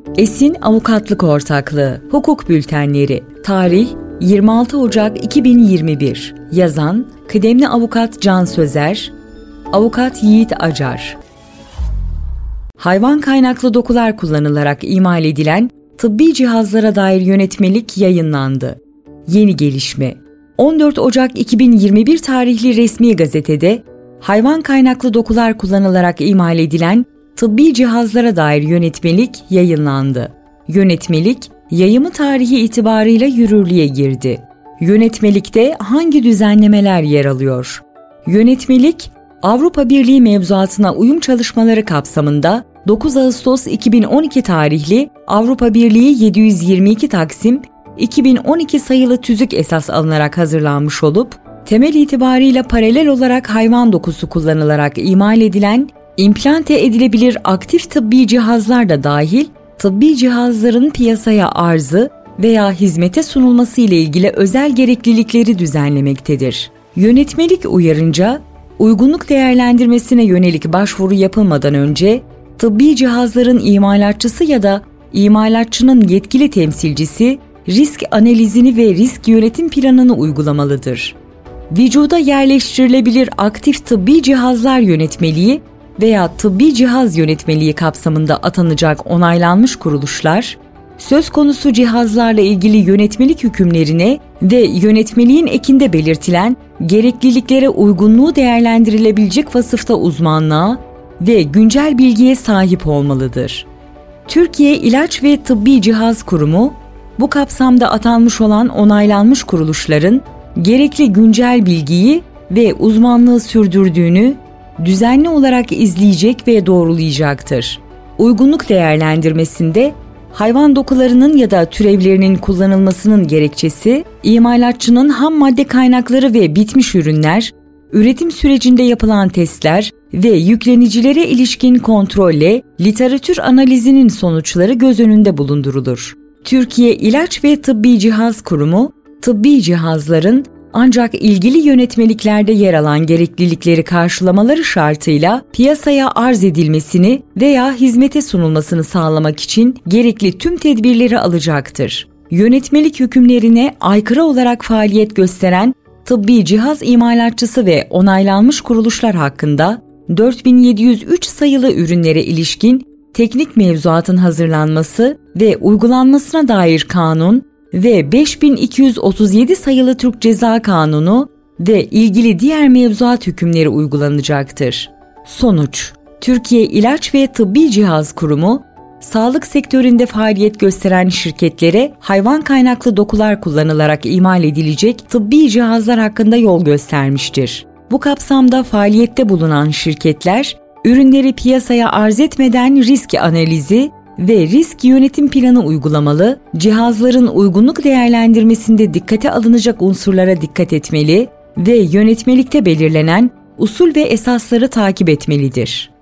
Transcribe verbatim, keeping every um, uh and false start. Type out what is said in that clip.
Esin Avukatlık Ortaklığı Hukuk Bültenleri. Tarih yirmi altı Ocak iki bin yirmi bir. Yazan Kıdemli Avukat Can Sözer, Avukat Yiğit Acar. Hayvan kaynaklı dokular kullanılarak imal edilen tıbbi cihazlara dair yönetmelik yayınlandı. Yeni gelişme. on dört Ocak iki bin yirmi bir tarihli resmi gazetede hayvan kaynaklı dokular kullanılarak imal edilen tıbbi cihazlara dair yönetmelik yayınlandı. Yönetmelik, yayımı tarihi itibarıyla yürürlüğe girdi. Yönetmelikte hangi düzenlemeler yer alıyor? Yönetmelik, Avrupa Birliği mevzuatına uyum çalışmaları kapsamında dokuz Ağustos iki bin on iki tarihli Avrupa Birliği yedi yüz yirmi iki Taksim iki bin on iki sayılı tüzük esas alınarak hazırlanmış olup, temel itibarıyla paralel olarak hayvan dokusu kullanılarak imal edilen, implante edilebilir aktif tıbbi cihazlar da dahil, tıbbi cihazların piyasaya arzı veya hizmete sunulması ile ilgili özel gereklilikleri düzenlemektedir. Yönetmelik uyarınca, uygunluk değerlendirmesine yönelik başvuru yapılmadan önce, tıbbi cihazların imalatçısı ya da imalatçının yetkili temsilcisi, risk analizini ve risk yönetim planını uygulamalıdır. Vücuda yerleştirilebilir aktif tıbbi cihazlar yönetmeliği veya tıbbi cihaz yönetmeliği kapsamında atanacak onaylanmış kuruluşlar, söz konusu cihazlarla ilgili yönetmelik hükümlerine ve yönetmeliğin ekinde belirtilen gerekliliklere uygunluğu değerlendirilebilecek vasıfta uzmanlığa ve güncel bilgiye sahip olmalıdır. Türkiye İlaç ve Tıbbi Cihaz Kurumu, bu kapsamda atanmış olan onaylanmış kuruluşların gerekli güncel bilgiyi ve uzmanlığı sürdürdüğünü düzenli olarak izleyecek ve doğrulayacaktır. Uygunluk değerlendirmesinde hayvan dokularının ya da türevlerinin kullanılmasının gerekçesi, imalatçının ham madde kaynakları ve bitmiş ürünler, üretim sürecinde yapılan testler ve yüklenicilere ilişkin kontrolle literatür analizinin sonuçları göz önünde bulundurulur. Türkiye İlaç ve Tıbbi Cihaz Kurumu, tıbbi cihazların ancak ilgili yönetmeliklerde yer alan gereklilikleri karşılamaları şartıyla piyasaya arz edilmesini veya hizmete sunulmasını sağlamak için gerekli tüm tedbirleri alacaktır. Yönetmelik hükümlerine aykırı olarak faaliyet gösteren tıbbi cihaz imalatçısı ve onaylanmış kuruluşlar hakkında dört bin yedi yüz üç sayılı ürünlere ilişkin teknik mevzuatın hazırlanması ve uygulanmasına dair kanun ve beş bin iki yüz otuz yedi sayılı Türk Ceza Kanunu ve ilgili diğer mevzuat hükümleri uygulanacaktır. Sonuç: Türkiye İlaç ve Tıbbi Cihaz Kurumu, sağlık sektöründe faaliyet gösteren şirketlere hayvan kaynaklı dokular kullanılarak imal edilecek tıbbi cihazlar hakkında yol göstermiştir. Bu kapsamda faaliyette bulunan şirketler, ürünleri piyasaya arz etmeden risk analizi ve risk yönetim planı uygulamalı, cihazların uygunluk değerlendirmesinde dikkate alınacak unsurlara dikkat etmeli ve yönetmelikte belirlenen usul ve esasları takip etmelidir.